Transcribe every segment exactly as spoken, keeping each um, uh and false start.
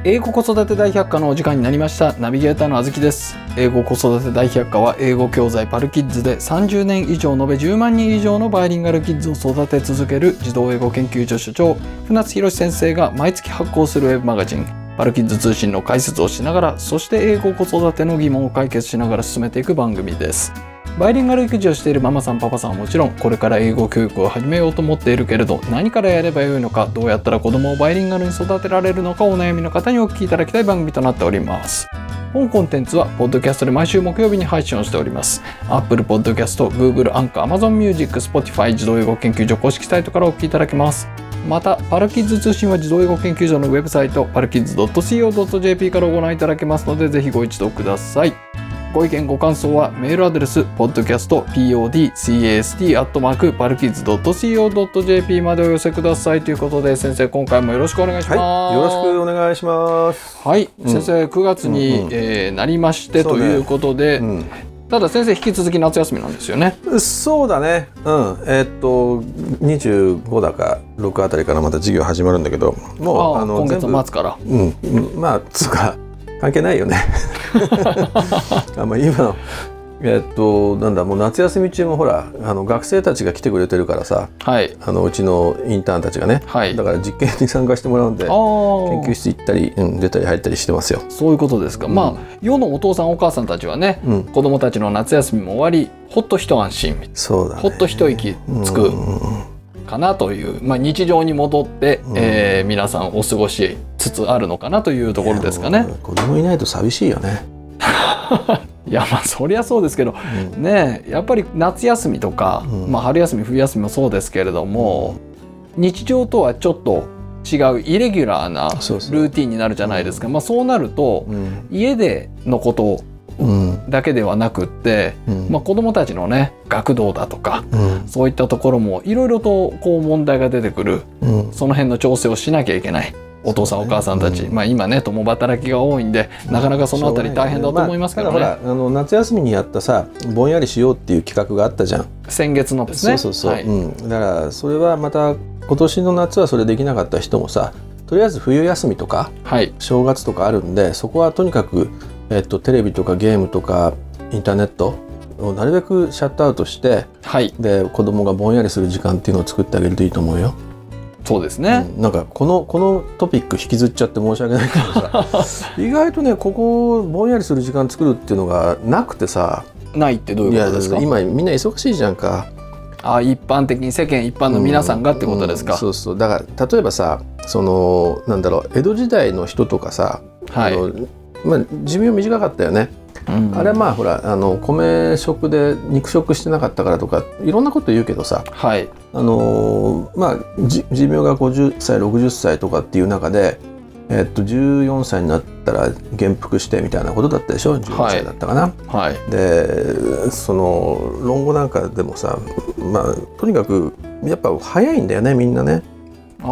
英語子育て大百科のお時間になりました。ナビゲーターのあずきです。英語子育て大百科は英語教材パルキッズでさんじゅうねん以上延べじゅうまんにん以上のバイリンガルキッズを育て続ける児童英語研究所所長船津博史先生が毎月発行するウェブマガジンパルキッズ通信の解説をしながら、そして英語子育ての疑問を解決しながら進めていく番組です。バイリンガル育児をしているママさんパパさんはもちろん、これから英語教育を始めようと思っているけれど何からやればよいのか、どうやったら子供をバイリンガルに育てられるのかお悩みの方にお聞きいただきたい番組となっております。本コンテンツはポッドキャストで毎週木曜日に配信をしております。 Apple Podcast、Google、アンカー、Amazon Music、Spotify 児童英語研究所公式サイトからお聞きいただけます。またパルキッズ通信は児童英語研究所のウェブサイトパルキッズ ドット シーオー ドット ジェーピー からご覧いただけますので、ぜひご一読ください。ご意見ご感想はメールアドレス ポッドキャスト ポッドキャスト アットマーク パルキッズ ドット シーオー ドット ジェーピー までお寄せくださいということで、先生今回もよろしくお願いします。 はい、よろしくお願いします。 はい、うん、先生くがつに、うんうんえー、なりましてということで、ねうん、ただ先生引き続き夏休みなんですよね。 そうだね、うんえー、っとにじゅうごだかろくあたりからまた授業始まるんだけど、もうああの今月の末から、 うん、まあつうか関係ないよねあ、まあ、今のえっとなんだもう夏休み中もほらあの学生たちが来てくれてるからさ、はい、あのうちのインターンたちがね、はい、だから実験に参加してもらうんで研究室行ったり、うん、出たり入ったりしてますよ。 そういうことですか、うん、まあ世のお父さんお母さんたちはね、うん、子供たちの夏休みも終わりほっと一安心、 そうだね、 ほっと一息つくかなという、まあ、日常に戻って、うんえー、皆さんお過ごしつつあるのかなというところですかね。 子供いないと寂しいよねいやまあそりゃそうですけど、うん、ねやっぱり夏休みとか、うんまあ、春休み冬休みもそうですけれども、うん、日常とはちょっと違うイレギュラーなルーティンになるじゃないですか。そうそう、まあ、そうなると、うん、家でのことだけではなくって、うんまあ、子どもたちのね学童だとか、うん、そういったところもいろいろとこう問題が出てくる、うん、その辺の調整をしなきゃいけないお父さん、ね、お母さんたち、うんまあ、今ね共働きが多いんでなかなかそのあたり大変だと思いますけどね。 まあ、ほらあの夏休みにやったさぼんやりしようっていう企画があったじゃん、 先月のですね。 そうそうそう、はいうん、だからそれはまた今年の夏はそれできなかった人もさ、とりあえず冬休みとか、はい、正月とかあるんで、そこはとにかく、えっと、テレビとかゲームとかインターネットをなるべくシャットアウトして、はい、で子供がぼんやりする時間っていうのを作ってあげるといいと思うよ。 そうですね、 うん、なんかこのこのトピック引きずっちゃって申し訳ないけどさ意外とねここぼんやりする時間作るっていうのがなくてさ。 ないってどういうことですか？ いや今みんな忙しいじゃんか。 あ、一般的に世間一般の皆さんがってことですか？ うんうん、そうそうだから例えばさそのなんだろう江戸時代の人とかさ、はいあのまあ、寿命短かったよね。うんうん、あれはまあほらあの米食で肉食してなかったからとかいろんなこと言うけどさ、はいあのー、まあ寿命がごじゅっさいろくじゅっさいとかっていう中で、えっと、じゅうよんさいになったら元服してみたいなことだったでしょ。じゅうよんさいだったかな、はい、でその論語なんかでもさ、まあ、とにかくやっぱ早いんだよねみんなね。 あ、うん、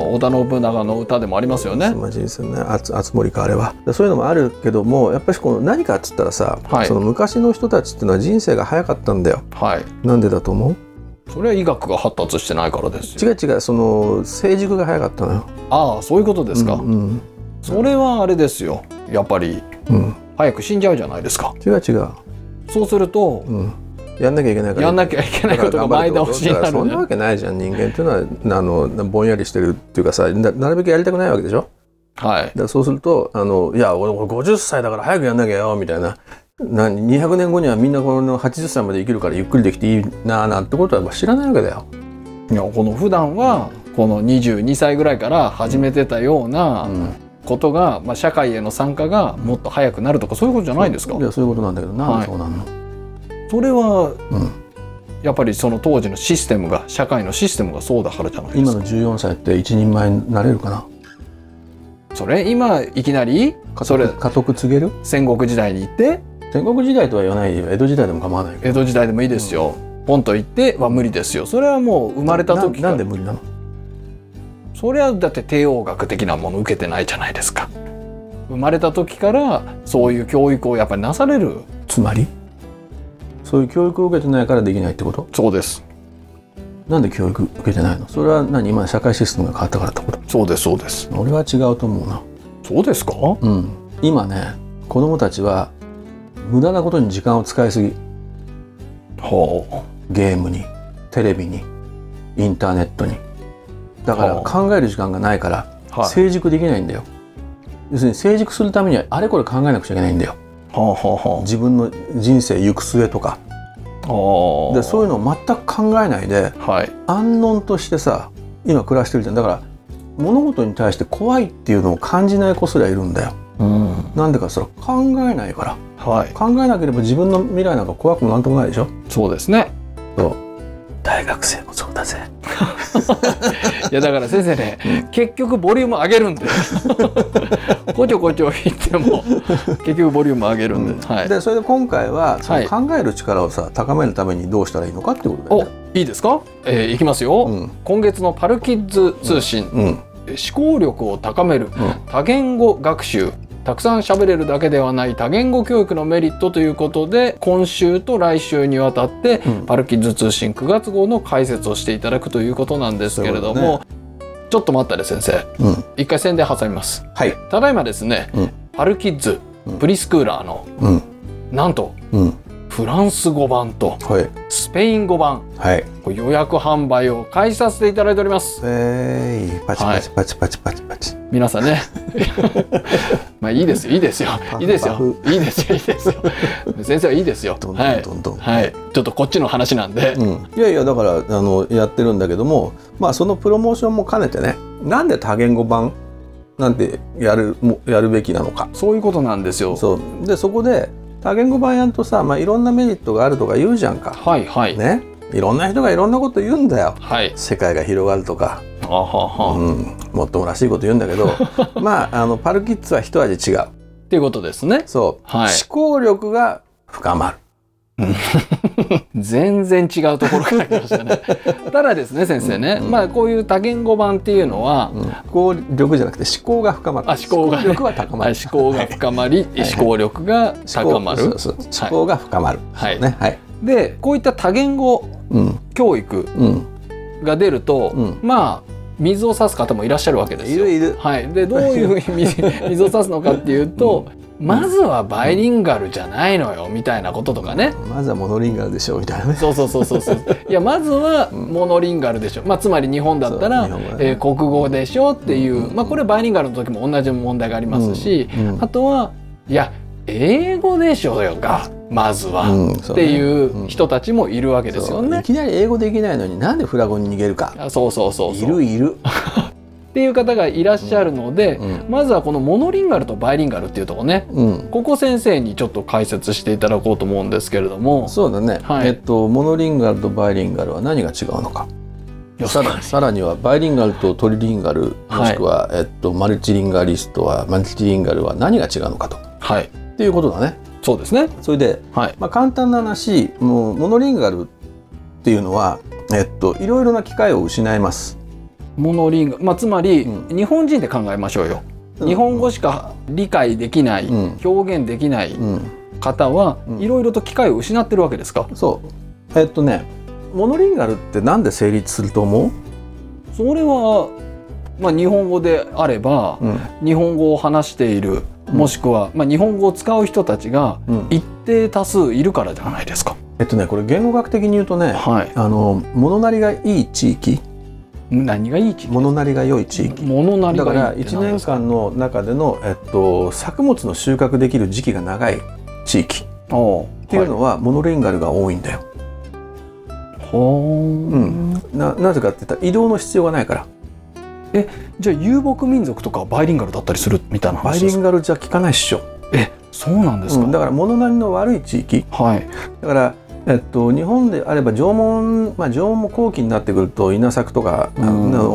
織田信長の歌でもありますよね。 マジですよね。あつ森かあれは。そういうのもあるけどもやっぱりこの何かっつったらさ、はい、その昔の人たちっていうのは人生が早かったんだよ、はい、なんでだと思う？ それは医学が発達してないからですよ。 違う違うその成熟が早かったのよ。 ああそういうことですか、うんうん、それはあれですよやっぱり、うん、早く死んじゃうじゃないですか。 違う違うそうすると、うんやんなきゃいけないからやんなきゃいけないことが前倒しになる。 そんなわけないじゃん。人間っていうのはあのぼんやりしてるっていうかさ な, なるべくやりたくないわけでしょ。はい。だからそうするとあのいや俺ごじゅっさいだから早くやんなきゃよみたいな、なにひゃくねんごにはみんなこのはちじゅっさいまで生きるからゆっくりできていいなあなんてことは知らないわけだよ。 いやこの普段はこのにじゅうにさいぐらいから始めてたようなことが、まあ、社会への参加がもっと早くなるとかそういうことじゃないんですか？ いやそういうことなんだけどなんでそうなんの、はい、 それは、うんやっぱりその当時のシステムが社会のシステムがそうだからじゃないですか。 今のじゅうよんさいって一人前になれるかな。 それ今いきなりそれ家督告げる？ 戦国時代に行って戦国時代とは言わないよ。江戸時代でも構わないけど。 江戸時代でもいいですよ、うん、ポンと言っては無理ですよ。それはもう生まれた時な、なんで無理なの？ それはだって帝王学的なもの受けてないじゃないですか。生まれた時からそういう教育をやっぱりなされる。 つまりそういう教育を受けてないからできないってこと？ そうです。 なんで教育受けてないの？それは何今社会システムが変わったからってこと？ そうですそうです。 俺は違うと思うな。 そうですか？ うん、今ね子供たちは無駄なことに時間を使いすぎ。 ほう。ゲームにテレビにインターネットに。だから考える時間がないから成熟できないんだよ。要するに成熟するためにはあれこれ考えなくちゃいけないんだよ。はあはあはあ、自分の人生行く末とか。でそういうのを全く考えないで、はい、安穏としてさ今暮らしてるじゃん。だから物事に対して怖いっていうのを感じない子すらいるんだよ。うん、なんでかそれ考えないから、はい、考えなければ自分の未来なんか怖くもなんともないでしょ。 そうですね。 そう大学生もそうだぜ。 いやだから先生ね、うん、結局ボリューム上げるんでこちょこちょ言っても結局ボリューム上げるんで、うんはい、 でそれで今回はその考える力をさ高めるためにどうしたらいいのかってことだよね。 おいいですか、えー、いきますよ、うん、今月のパルキッズ通信、うんうん、思考力を高める、うん、多言語学習、たくさん喋れるだけではない多言語教育のメリットということで、今週と来週にわたって、うん、パルキッズ通信くがつ号の解説をしていただくということなんですけれども、ね、ちょっと待ったね先生、うん、一回宣伝挟みます、はい、ただいまですね、うん、パルキッズプリスクーラーの、うん、なんと、うんフランス語版とスペイン語版、はい、予約販売を開始させていただいております。 えー、パチパチパチパチパチパチ、はい、 皆さんねまあいいですよいいですよいいですよいいですよいいですよ先生はいいですよ。どんどんどんどん、はいはい、ちょっとこっちの話なんで、うん、 いやいやだからあのやってるんだけども、まあそのプロモーションも兼ねてね、なんで多言語版なんてやるもやるべきなのか、 そういうことなんですよ。 そうでそこで多言語版やるとさ、まあ、いろんなメリットがあるとか言うじゃんか。はいはい。ね、いろんな人がいろんなこと言うんだよ。はい。世界が広がるとか。あはは。うん。もっともらしいこと言うんだけど、まああのパルキッズは一味違う。 っていうことですね。 そう。はい。思考力が深まる。 全然違うところから来ましたね。ただですね先生ね、うん、まあこういう多言語版っていうのは、 うん、思考力じゃなくて思考が深まる。 あ思考が、ね、 思考力は高まる。 思考が深まり、はい、思考力が高まる。 そうそう思考が深まる。はい。ねはい。 でこういった多言語教育が出ると、うん、まあ水を差す方もいらっしゃるわけですよ。 いるいる。 はい。でどういうふうに水を差すのかっていうと。うんまずはバイリンガルじゃないのよみたいなこととかね。 まずはモノリンガルでしょみたいなね。 そうそうそうそうそう。いやまずはモノリンガルでしょ。まあつまり日本だったら、ねえー、国語でしょっていう、うん、まあこれバイリンガルの時も同じ問題がありますし、うんうん、あとはいや英語でしょうよがまずは、うんっていう人たちもいるわけですよね。 いきなり英語できないのになんでフラ語に逃げるか。 そうそうそうそう。 いるいる。 っていう方がいらっしゃるので、うんうん、まずはこのモノリンガルとバイリンガルっていうところね、うん、ここ先生にちょっと解説していただこうと思うんですけれども。 そうだね、はい、えっとモノリンガルとバイリンガルは何が違うのか、さらさらにはバイリンガルとトリリンガルもしくは、はいえっと、マルチリンガリストはマルチリンガルは何が違うのかと、はい、っていうことだね。 そうですね。 それで、はいまあ、簡単な話、もうモノリンガルっていうのは、えっと、いろいろな機会を失います。 モノリンガル、まあ、つまり、うん、日本人で考えましょうよ、うん、日本語しか理解できない、うん、表現できない方は、うん、いろいろと機会を失ってるわけですか。 そうえっとねモノリンガルってなんで成立すると思う？ それは、まあ、日本語であれば、うん、日本語を話しているもしくは、まあ、日本語を使う人たちが一定多数いるからじゃないですか。 えっとねこれ言語学的に言うとね、はい、あの物なりがいい地域何がいい地域？ 物なりが良い地域。 物なりがいいだからいちねんかんの中での、えっと、作物の収穫できる時期が長い地域っていうのは、はい、モノリンガルが多いんだよ。ほー、うん、な, なぜかって言ったら移動の必要がないから。 えじゃあ遊牧民族とかバイリンガルだったりするみたいな話ですか？ バイリンガルじゃ聞かないっしょ。 えそうなんですか、 うん、だから物なりの悪い地域、はい、だからえっと、日本であれば縄文、まあ、縄文も後期になってくると稲作とか、うん、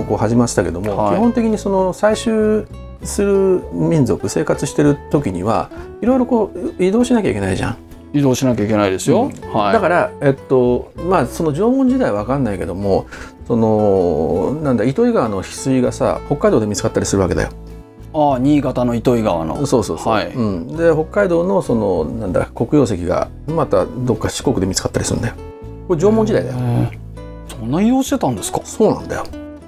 こう始まってたけども、はい、基本的にその採集する民族生活してる時にはいろいろこう移動しなきゃいけないじゃん。 移動しなきゃいけないですよ、 うんはい、だから、えっとまあ、その縄文時代は分かんないけどもそのなんだ糸魚川の翡翠がさ北海道で見つかったりするわけだよ。 ああ新潟の糸魚川のそうそうそう、はいうん、で北海道のそのなんだ黒曜石がまたどっか四国で見つかったりするんだよ。これ縄文時代だよ。 そんな移動してたんですか？ そうなんだよ。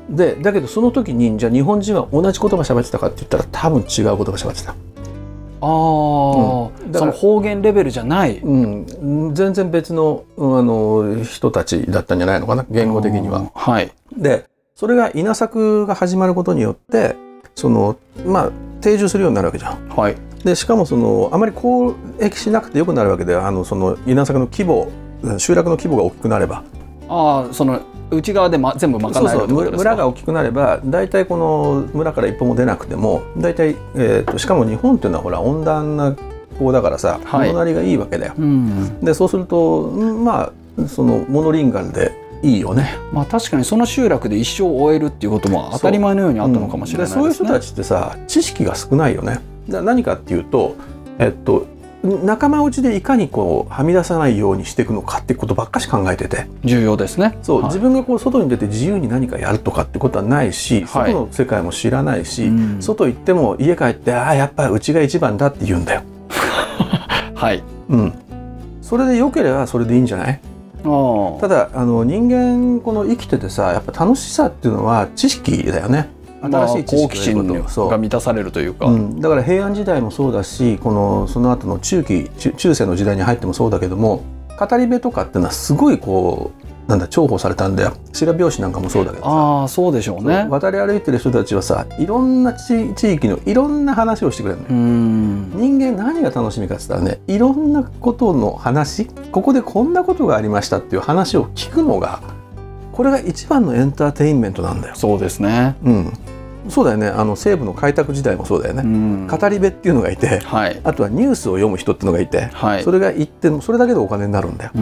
でだけどその時にじゃあ日本人は同じ言葉喋ってたかって言ったら多分違う言葉喋ってた。ああ、うん、その方言レベルじゃない、 うん、全然別の、あの人たちだったんじゃないのかな、言語的には。 はい、 でそれが稲作が始まることによってそのまあ定住するようになるわけじゃん。 はい、 でしかもそのあまり交易しなくてよくなるわけで、あのその稲作の規模、集落の規模が大きくなれば、 ああ、その内側で、ま、全部賄えるってことですか。 そうそう、村が大きくなれば大体この村から一歩も出なくても大体、えー、としかも日本っていうのはほら温暖な気候だからさ、 はい、 物なりがいいわけだよ、 うん、 でそうするとまあそのモノリンガルでいいよね。 まあ確かにその集落で一生終えるっていうことも当たり前のようにあったのかもしれないですね。 そう、うん、でそういう人たちってさ知識が少ないよね。だ何かっていうと、えっと仲間内でいかにこうはみ出さないようにしていくのかってことばっかし考えてて、 重要ですね。 そう、 はい、 自分がこう外に出て自由に何かやるとかってことはないし、 はい、 外の世界も知らないし、 うん、外行っても家帰ってああやっぱりうちが一番だって言うんだよ。 はい、 うん、それで良ければそれでいいんじゃない？ あただあの人間この生きててさやっぱ楽しさっていうのは知識だよね。新しい知識、まあ、好奇心が満たされるというか、 うん、だから平安時代もそうだしこのその後の中期 中, 中世の時代に入ってもそうだけども、語り部とかっていうのはすごいこうなんだ重宝されたんだよ。白拍子なんかもそうだけどさ、 ああそうでしょうね。 渡り歩いてる人たちはさいろんな 地, 地域のいろんな話をしてくれるのよ。うん、人間何が楽しみかって言ったらね、いろんなことの話、ここでこんなことがありましたっていう話を聞くのがこれが一番のエンターテインメントなんだよ。 そうですね、 うん、そうだよね。あの西部の開拓時代もそうだよね、うん、語り部っていうのがいて、はい、あとはニュースを読む人っていうのがいて、はい、それが言ってそれだけでお金になるんだよ。うん、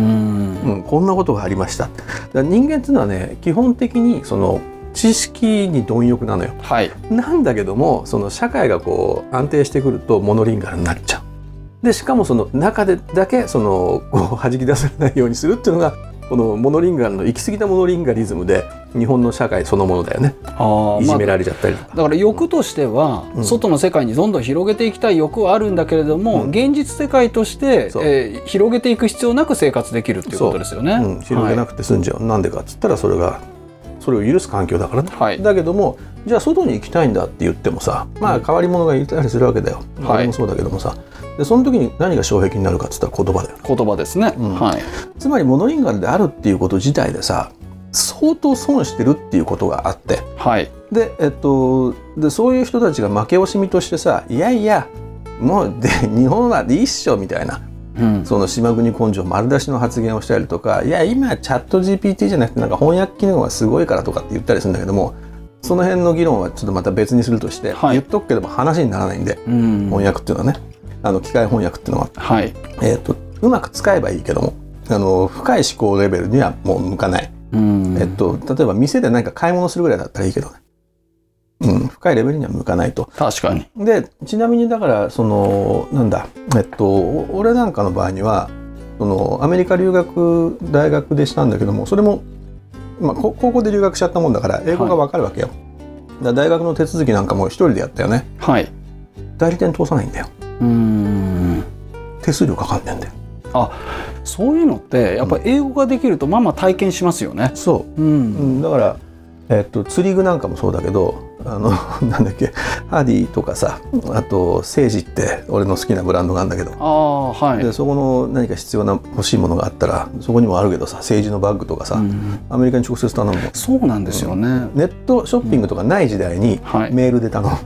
うん、こんなことがありました。だから人間っていうのはね基本的にその知識に貪欲なのよ、はい、なんだけどもその社会がこう安定してくるとモノリンガルになっちゃう。でしかもその中でだけそのこう弾き出されないようにするっていうのがこのモノリンガルの行き過ぎたモノリンガリズムで日本の社会そのものだよね。あいじめられちゃったりとか、 まあ、だから欲としては、うん、外の世界にどんどん広げていきたい欲はあるんだけれども、うん、現実世界として、えー、広げていく必要なく生活できるっていうことですよね。 うん、広げなくて済んじゃう、はい、なんでかっつったらそれがそれを許す環境だからね、はい、だけどもじゃあ外に行きたいんだって言ってもさ、まあ変わり者がいたりするわけだよ、うん、俺もそうだけどもさ、でその時に何が障壁になるかっつったら言葉だよ。 言葉ですね、うん、はい、 つまりモノリンガルであるっていうこと自体でさ相当損してるっていうことがあって、はい、で、えっと、でそういう人たちが負け惜しみとしてさいやいやもうで日本はいいっしょみたいな、うん、その島国根性丸出しの発言をしたりとか、いや今チャット ジーピーティー じゃなくてなんか翻訳機能がすごいからとかって言ったりするんだけども、その辺の議論はちょっとまた別にするとして、はい、言っとくけども話にならないんで、うん、翻訳っていうのはねあの機械翻訳っていうのは、はい、えーと、うまく使えばいいけどもあの深い思考レベルにはもう向かない、うんえっと、例えば店で何か買い物するぐらいだったらいいけどね、うん、深いレベルには向かないと。 確かに。 でちなみにだからそのなんだえっと俺なんかの場合にはそのアメリカ留学大学でしたんだけども、それも、まあ、高校で留学しちゃったもんだから英語が分かるわけよ、はい、だから大学の手続きなんかも一人でやったよね。はい。代理店通さないんだよ。うーん手数料かかんねんだよ。あ、 そういうのってやっぱ英語ができるとまあまあ体験しますよね。 そう、うんうん、だから、えっと、釣り具なんかもそうだけどあのなんだっけハディとかさ、あとセージって俺の好きなブランドがあるんだけど、あ、はい、でそこの何か必要な欲しいものがあったらそこにもあるけどさ、セージのバッグとかさ、うん、アメリカに直接頼むもん。 そうなんですよね、うん、 ネットショッピングとかない時代にメールで頼む、はい、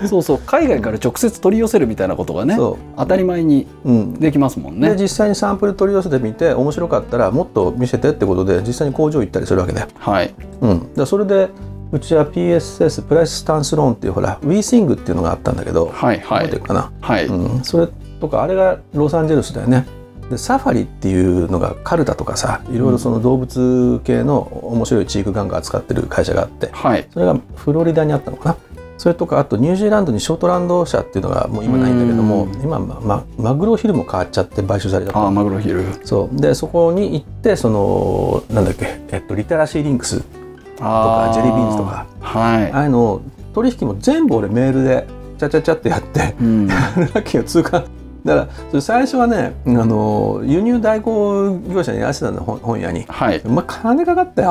そうそう、海外から直接取り寄せるみたいなことがね、当たり前にできますもんね、 うん、で実際にサンプル取り寄せてみて面白かったらもっと見せてってことで実際に工場行ったりするわけだよ。はい、うん、だそれでうちは ピーエスエス プライススタンスローンっていうほら WeSing っていうのがあったんだけど、はいはい、覚えてるかな、はい、うん、それとかあれがロサンゼルスだよね。でサファリっていうのがカルタとかさ、いろいろその動物系の面白いチーク玩具扱ってる会社があって、はい、それがフロリダにあったのかな。それとかあとニュージーランドにショートランド社っていうのがもう今ないんだけども、今、ま、マグロヒルも変わっちゃって買収された。 ああ、マグロヒル。 そうでそこに行ってそのなんだっけ、えっと、リテラシーリンクスとかジェリービーンズとか、はい、ああいうの取引も全部俺メールでチャチャチャってやって、うん、ラッキーが通過だからそれ最初はね、あの輸入代行業者にやらせてたんだ、本屋に、はい、まあ、金かかったよ。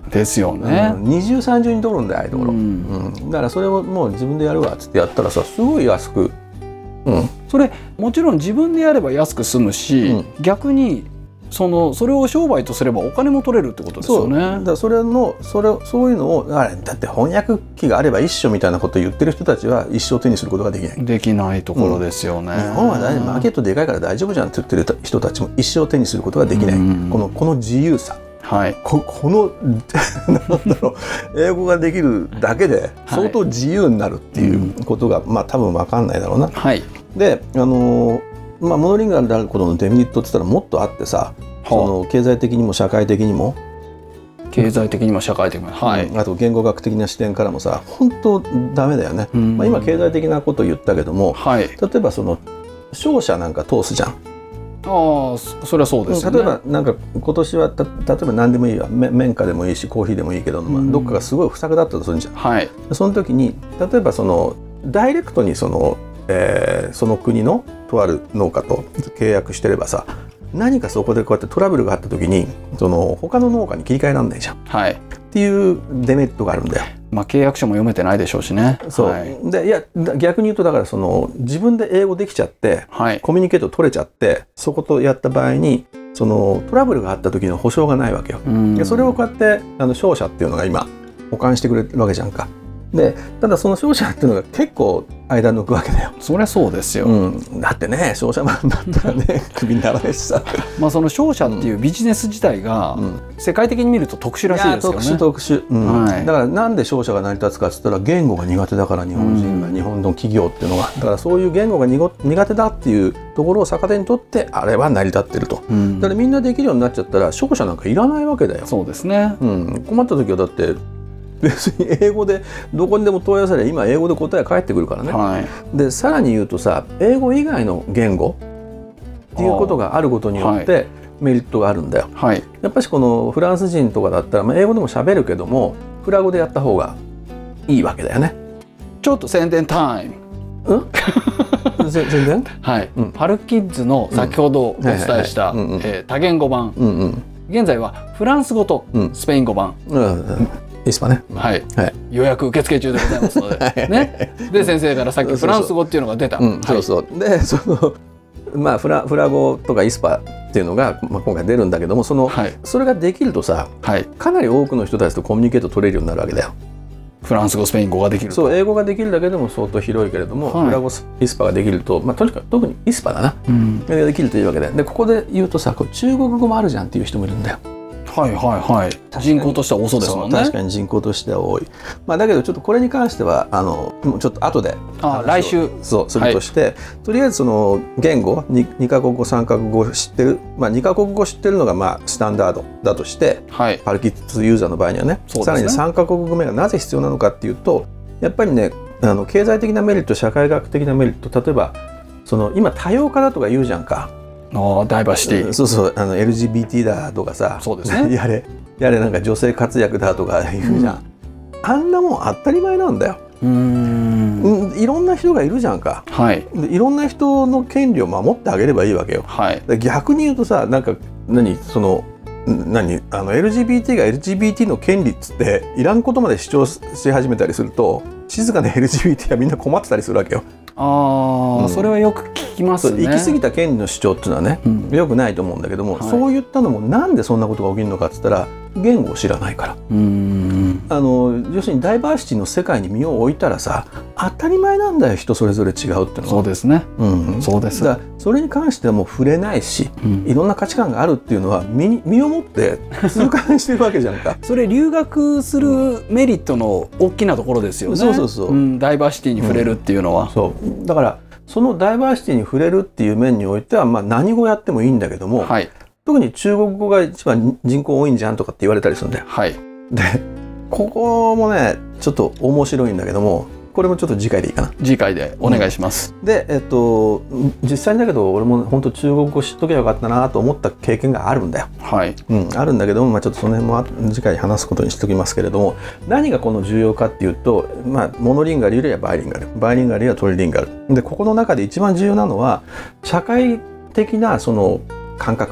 ですよね、 うん、二重三重に取るんだよああいうところ、 うんうん、だからそれをもう自分でやるわっつってやったらさすごい安く、うん、 それもちろん自分でやれば安く済むし、うん、逆にそのそれを商売とすればお金も取れるってことですよね。 そうだからそれのそれそういうのをあれだって翻訳機があれば一緒みたいなことを言ってる人たちは一生手にすることができないできないところですよね、 うん、日本は大マーケットでかいから大丈夫じゃんって言ってる人たちも一生手にすることができない、うん、このこの自由さ、はい、こ, このなんだろう英語ができるだけで相当自由になるっていうことが、はい、まあ多分分かんないだろうな、はい、であのーまあ、モノリンガルであることのデメリットって言ったらもっとあってさ、その経済的にも社会的にも経済的にも社会的にも、はい、 あと言語学的な視点からもさ本当ダメだよね、まあ、今経済的なことを言ったけども、はい、例えばその商社なんか通すじゃん。 ああそれはそうですよね。 例えばなんか今年はた例えば何でもいいわ綿花でもいいしコーヒーでもいいけど、まあ、どっかがすごい不作だったとするんじゃん、はい、その時に例えばそのダイレクトにそのえー、その国のとある農家と契約してればさ何かそこでこうやってトラブルがあった時にその他の農家に切り替えらんないじゃん、はい、っていうデメリットがあるんだよ。 まあ契約書も読めてないでしょうしね。 そう、はい、でいや逆に言うとだからその自分で英語できちゃって、はい、コミュニケート取れちゃってそことやった場合にそのトラブルがあった時の保証がないわけよ。でそれをこうやってあの商社っていうのが今保管してくれるわけじゃんか。でただその商社っていうのが結構間抜くわけだよ。 そりゃそうですよ、 うん、だってね商社マンだったらねクビにならないしさまあその商社っていうビジネス自体が世界的に見ると特殊らしいですよね。 特殊特殊、うんはい、だからなんで商社が成り立つかっつったら言語が苦手だから日本人が、うん、日本の企業っていうのがだからそういう言語が苦手だっていうところを逆手にとってあれは成り立ってると、うん、だからみんなできるようになっちゃったら商社なんかいらないわけだよ。 そうですね、 うん、困った時はだって別に英語でどこにでも問い合わせれば今英語で答えが返ってくるからね、はい、でさらに言うとさ英語以外の言語っていうことがあることによってメリットがあるんだよ、はい、やっぱりこのフランス人とかだったら、まあ、英語でも喋るけどもフラ語でやった方がいいわけだよね。 ちょっと宣伝タイムうん全然はい、うん、パルキッズの先ほどお伝えした多言語版、うんうん、現在はフランス語とスペイン語版、うんうんうんいいですかね、 はいはい、予約受付中でございますので、ね、で先生からさっきフランス語っていうのが出た。 そうそう、うんはい、でそのまあフラフラ語とかイスパっていうのが、まあ、今回出るんだけどもその、はい、それができるとさ、はい、かなり多くの人たちとコミュニケート取れるようになるわけだよ。 フランス語スペイン語ができると。 そう英語ができるだけでも相当広いけれども、はい、フラ語イスパができると、まあ、とにかく特にイスパだな、うん、できるというわけででここで言うとさこう中国語もあるじゃんっていう人もいるんだよ。 はいはいはい、人口としては多そうですもんね。 確かに人口としては多い、まあ、だけどちょっとこれに関してはあのちょっと後であ来週そうするとして、はい、とりあえずその言語 2, カ国語さんカ国語を知ってる、まあ、にカ国語知ってるのがまあスタンダードだとして、はい、パルキッズユーザーの場合には ね, ねさらにさんカ国語目がなぜ必要なのかっていうとやっぱりねあの経済的なメリット社会学的なメリット例えばその今多様化だとか言うじゃんか。 あダイバーシティ、 そうそうあの エルジービーティー だとかさそうですねやれやれなんか女性活躍だとか言うじゃん、うん、あんなもん当たり前なんだよ。うーんいろんな人がいるじゃんか、はい、でいろんな人の権利を守ってあげればいいわけよ、はい、逆に言うとさなんか何その何あの エルジービーティー が エルジービーティー の権利っつっていらんことまで主張し始めたりすると静かな エルジービーティー はみんな困ってたりするわけよ。 あ、うん、それはよく聞きますね。 行き過ぎた権利の主張っていうのはね、うん、よくないと思うんだけども、はい、そういったのもなんでそんなことが起きるのかって言ったら言語を知らないから。うーんあの要するにダイバーシティの世界に身を置いたらさ当たり前なんだよ人それぞれ違うっていうのは。 そうですね、うん、そうです。 だからそれに関してはもう触れないし、うん、いろんな価値観があるっていうのは 身, 身をもって痛感してるわけじゃんかそれ留学するメリットの大きなところですよね、うん、 そうそうそう、うん、 ダイバーシティに触れるっていうのは、うん、 そうだからそのダイバーシティに触れるっていう面においては、まあ、何語やってもいいんだけども、はい、特に中国語が一番人口多いんじゃんとかって言われたりするんだよ、はい、でここもねちょっと面白いんだけどもこれもちょっと次回でいいかな。 次回でお願いします、 うん、でえっと実際だけど俺も本当中国語知っとけばよかったなと思った経験があるんだよ、はいうん、あるんだけども、まあ、ちょっとその辺も次回話すことにしときますけれども何がこの重要かっていうと、まあ、モノリンガルよりはバイリンガルバイリンガルよりはトリリンガルでここの中で一番重要なのは社会的なその感覚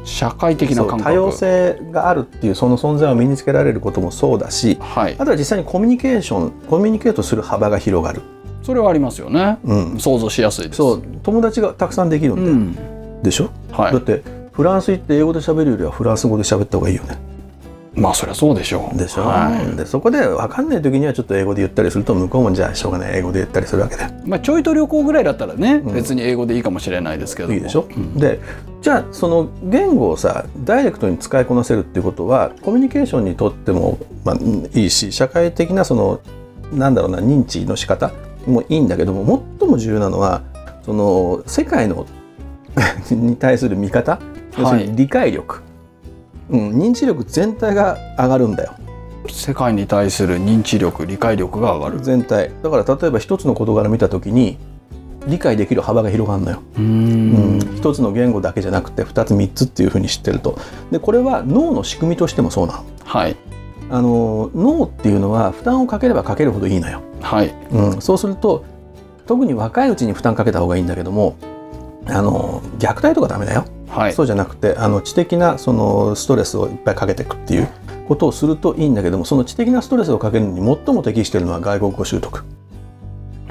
社会的な感覚、 多様性があるっていうその存在を身につけられることもそうだし、 はい、 あとは実際にコミュニケーションコミュニケートする幅が広がる。 それはありますよね、うん、想像しやすいです。 そう友達がたくさんできるんだよ、うん、でしょ、はい、だってフランス行って英語で喋るよりはフランス語で喋った方がいいよね。 まあそりゃそうでしょう。 でしょ、 はい、 でそこで分かんない時にはちょっと英語で言ったりすると向こうもじゃあしょうがない英語で言ったりするわけで、 まあ、ちょいと旅行ぐらいだったらね、うん、別に英語でいいかもしれないですけどもいいでしょ、うん、でじゃあその言語をさダイレクトに使いこなせるっていうことはコミュニケーションにとっても、まあ、いいし社会的なそのなんだろうな認知の仕方もいいんだけども、最も重要なのはその世界のに対する見方、要するに理解力、うん、認知力全体が上がるんだよ。 世界に対する認知力理解力が上がる全体だから例えば一つの事柄見た時に理解できる幅が広がるのよ。うーん、うん、一つの言語だけじゃなくてふたつみっつっていうふうに知ってると。でこれは脳の仕組みとしてもそうなの。 はい、 あの脳っていうのは負担をかければかけるほどいいのよ。 はい、 うん、そうすると特に若いうちに負担かけた方がいいんだけども、あの虐待とかダメだよ。はい、そうじゃなくてあの知的なそのストレスをいっぱいかけていくっていうことをするといいんだけども、その知的なストレスをかけるのに最も適しているのは外国語習得。うん、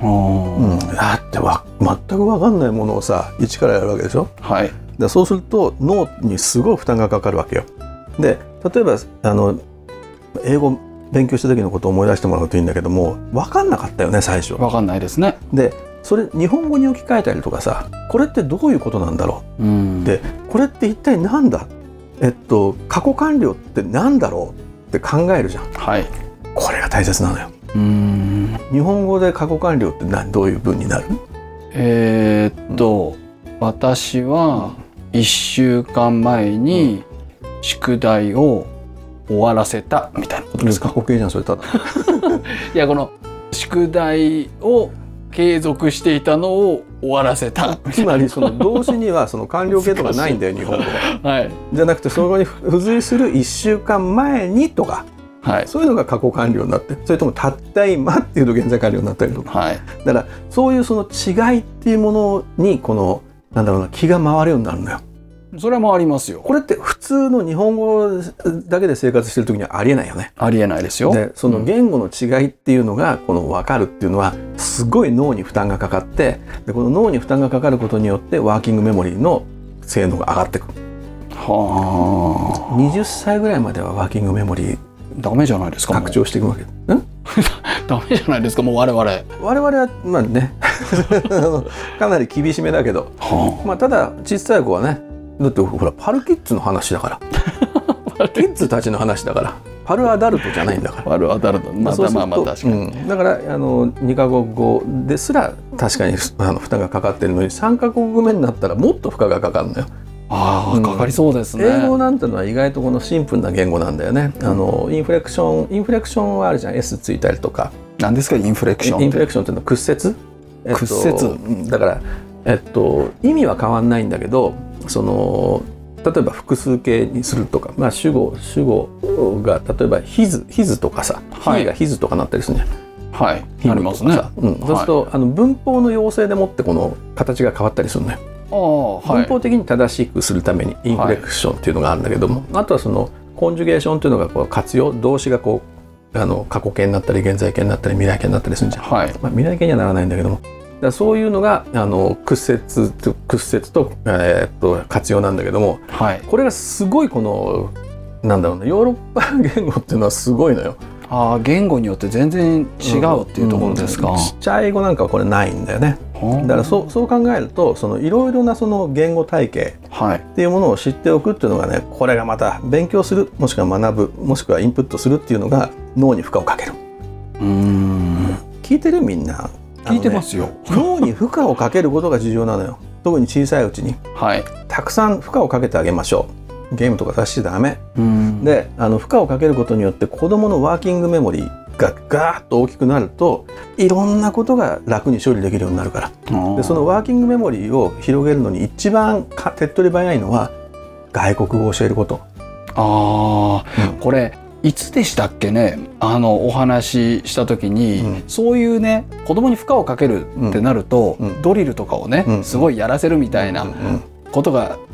だってわ全く分かんないものをさ一からやるわけでしょ。はい、だそうすると脳にすごい負担がかかるわけよ。で例えばあの英語勉強した時のことを思い出してもらうといいんだけども、分かんなかったよね最初。 分かんないですね。 でそれ日本語に置き換えたりとかさ、これってどういうことなんだろう、うん、でこれって一体なんだ、えっと過去完了ってなんだろうって考えるじゃん。はい、これが大切なのよ。うーん、日本語で過去完了って何どういう文になる？ えー、っと、うん、私はいっしゅうかんまえに宿題を終わらせたみたいなことですか？ 過去形じゃんそれただ。 いやこの宿題を継続していたのを終わらせた。 つまりその動詞にはその完了形とかないんだよ日本語は。はい、じゃなくてそこに付随するいっしゅうかんまえにとか。はい、そういうのが過去完了になって、それともたった今っていうと現在完了になったりとか、はい、だからそういうその違いっていうものにこのなんだろうな気が回るようになるのよ。 それは回りますよ。 これって普通の日本語だけで生活してる時にはありえないよね。 ありえないですよ。 でその言語の違いっていうのがこの分かるっていうのはすごい脳に負担がかかって、でこの脳に負担がかかることによってワーキングメモリーの性能が上がってくる。はあ。はたちぐらいまではワーキングメモリーダメじゃないですか。 拡張していくわけ。 ダメじゃないですかもう我々。 我々はまあねかなり厳しめだけど、はあ、まあただ小さい子はね、だってほらパルキッズの話だからキッズたちの話だからパルアダルトじゃないんだから。 パルアダルトまあまあまあ確かに、うん、 だからあのにカ国語ですら確かにあの負担がかかってるのにさんカ国語目になったらもっと負荷がかかるのよ。 ああ、かかりそうですね。 英語なんてのは意外とこのシンプルな言語なんだよね。あのインフレクションインフレクションはあるじゃん。 S ついたりとか。 何ですかインフレクション？ インフレクションっていうのは屈折、 えっと、屈折だから、えっと、意味は変わんないんだけど、その例えば複数形にするとか、まあ、主語主語が例えば his, his とかさ、はい、he が his とかなったりするね。はい、 ありますね。 うん、そうすると、はい、あの文法の要請でもってこの形が変わったりするのよ。あ、はい、文法的に正しくするためにインフレクションっていうのがあるんだけども、はい、あとはそのコンジュゲーションっていうのがこう活用、動詞がこうあの過去形になったり現在形になったり未来形になったりするんじゃん、はい、まあ、未来形にはならないんだけども、だからそういうのがあの屈折と屈折と、えー、っと活用なんだけども、はい、これがすごいこのなんだろうね、ヨーロッパ言語っていうのはすごいのよ。 ああ、言語によって全然違うっていうところですか。 うんうん、ちっちゃい英語なんかはこれないんだよね。だからそ う, そう考えるとそのいろいろなその言語体系っていうものを知っておくっていうのがね、これがまた勉強するもしくは学ぶもしくはインプットするっていうのが脳に負荷をかける。うーん、聞いてるみんな。 聞いてますよ。 脳に負荷をかけることが重要なのよ。特に小さいうちに、はい、たくさん負荷をかけてあげましょう。ゲームとかさせちゃダメ。うんであの負荷をかけることによって子どものワーキングメモリーがガーッと大きくなるといろんなことが楽に処理できるようになるから。でそのワーキングメモリーを広げるのに一番か手っ取り早いのは外国語を教えること。 ああ、うん、これいつでしたっけね、あのお話しした時に、うん、そういうね子供に負荷をかけるってなると、うん、ドリルとかをね、うん、すごいやらせるみたいなことが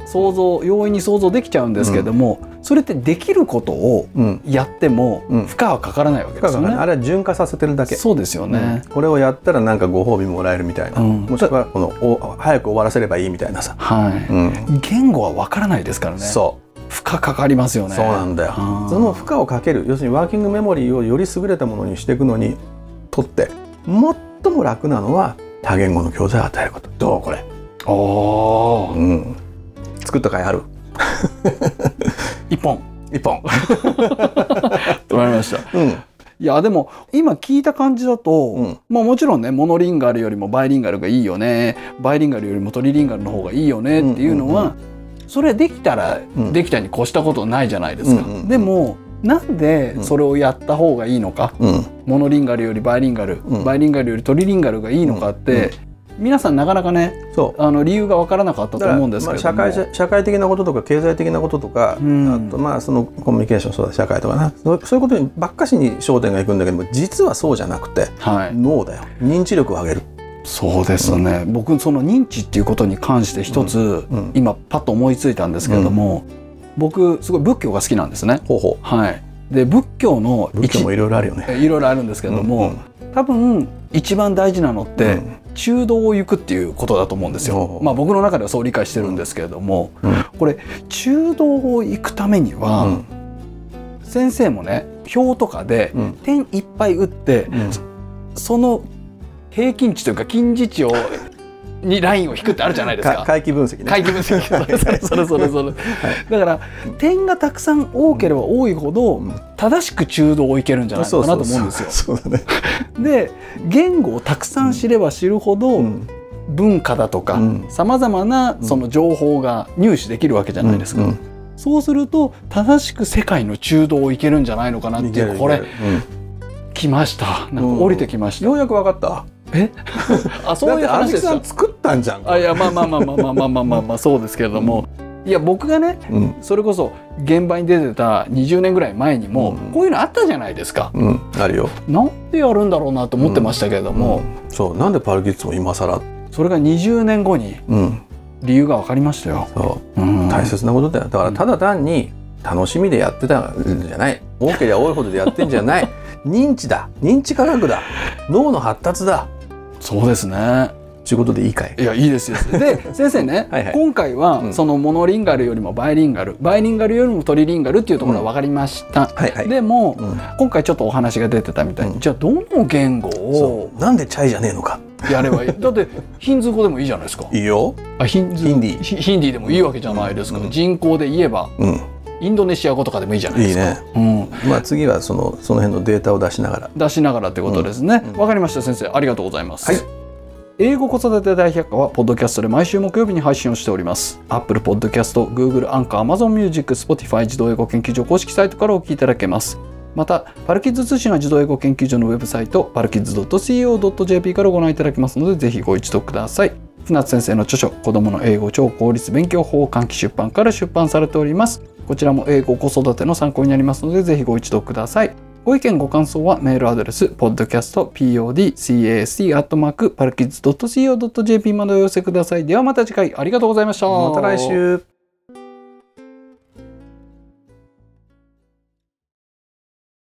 想像容易に想像できちゃうんですけれども、うん、それってできることをやっても負荷はかからないわけですよね、うん、 あれは順化させてるだけ。 そうですよね、 うん、これをやったらなんかご褒美もらえるみたいな、うん、もしくはこのお早く終わらせればいいみたいなさ、 はいうん、言語は分からないですからね。 そう負荷かかりますよね。 そうなんだよ。その負荷をかける、要するにワーキングメモリーをより優れたものにしていくのにとって最も楽なのは多言語の教材を与えること。どうこれ。 おー、うん、 作った甲斐ある一本一本わかりました、うん、いやでも今聞いた感じだと、うん、まあもちろんねモノリンガルよりもバイリンガルがいいよね、バイリンガルよりもトリリンガルの方がいいよねっていうのは、うんうんうん、それできたらできたに越したことないじゃないですか、うんうんうん、でもなんでそれをやった方がいいのか、うん、モノリンガルよりバイリンガル、うん、バイリンガルよりトリリンガルがいいのかって、うんうん、皆さんなかなかねあの理由が分からなかったと思うんですけども、 まあ、社会、社会的なこととか経済的なこととか、うん、あとまあそのコミュニケーションそうだ社会とかな、そういうことにばっかしに焦点がいくんだけども、実はそうじゃなくて、はい、脳だよ。認知力を上げる。 そうですね、うん、僕その認知っていうことに関して一つ、うんうん、今パッと思いついたんですけれども、うん、僕すごい仏教が好きなんですね。 ほうほう、 はい、で仏教の仏教もいろいろあるよね。 いろいろあるんですけれども、うんうん、多分一番大事なのって、うん、中道を行くっていうことだと思うんですよ。まあ僕の中ではそう理解してるんですけれども、うん、これ中道を行くためには、うん、先生もね表とかで点いっぱい打って、うん、その平均値というか近似値をにラインを引くってあるじゃないですか。 回帰分析ね。 回帰分析それそれそれ、はい、だから点がたくさん多ければ多いほど、うん、正しく中道をいけるんじゃないかなと思うんですよ。 そうだね。 で言語をたくさん知れば知るほど、うん、文化だとかさまざまなその情報が入手できるわけじゃないですか、うんうん、そうすると正しく世界の中道をいけるんじゃないのかなっていう、これ、うん、来ました。なんか降りてきました、 うん、ようやく分かった。 えあ、そういう話ですか。 だってあずきさん作ったんじゃん。 あ、いやまあまあまあまあまあまあまあまあ、まあ、そうですけれども、うん、いや僕がね、うん、それこそ現場に出てたにじゅうねんぐらい前にも、うん、こういうのあったじゃないですか、うん、 あるよ。 なんでやるんだろうなと思ってましたけれども、 うんうん、そうなんでパルキッズも今更、 それがにじゅうねんごに理由が分かりましたよ。 そう、うん、大切なことだよ。だからただ単に楽しみでやってたんじゃない、多ければ多いほどでやってんじゃない認知だ、認知科学だ、脳の発達だ。 そうですね。 ということでいいかい？ いや、いいですよ。で先生ねはい、はい、今回は、うん、そのモノリンガルよりもバイリンガル、バイリンガルよりもトリリンガルっていうところは分かりました、うんはいはい、でも、うん、今回ちょっとお話が出てたみたいに、うん、じゃあどの言語をなんでチャイじゃねえのかやればいいだってヒンズー語でもいいじゃないですか。 いいよ。 あ、ヒンズー、ヒンディーヒンディーでもいいわけじゃないですか、うん、人口で言えば、うん、インドネシア語とかでもいいじゃないですか。いいね、 うん、まあ次はそのその辺のデータを出しながら出しながらってことですね。わ、うんうん、かりました。先生ありがとうございます。はい、英語子育て大百科はポッドキャストで毎週木曜日に配信をしております。 Apple Podcast、Google、アンカー、Amazon Music、Spotify 児童英語研究所公式サイトからお聞きいただけます。またパルキッズ通信は児童英語研究所のウェブサイトパルキッズ ドットシーオー ドット ジェーピー からご覧いただけますので、ぜひご一読ください。船津先生の著書子どもの英語超効率勉強法、換気出版から出版されております。こちらも英語子育ての参考になりますので、ぜひご一読ください。ご意見ご感想はメールアドレス ポッドキャスト ポッドキャスト アットマーク パルキッズ ドット シーオー ドット ジェーピー までお寄せください。ではまた次回ありがとうございました。 また来週。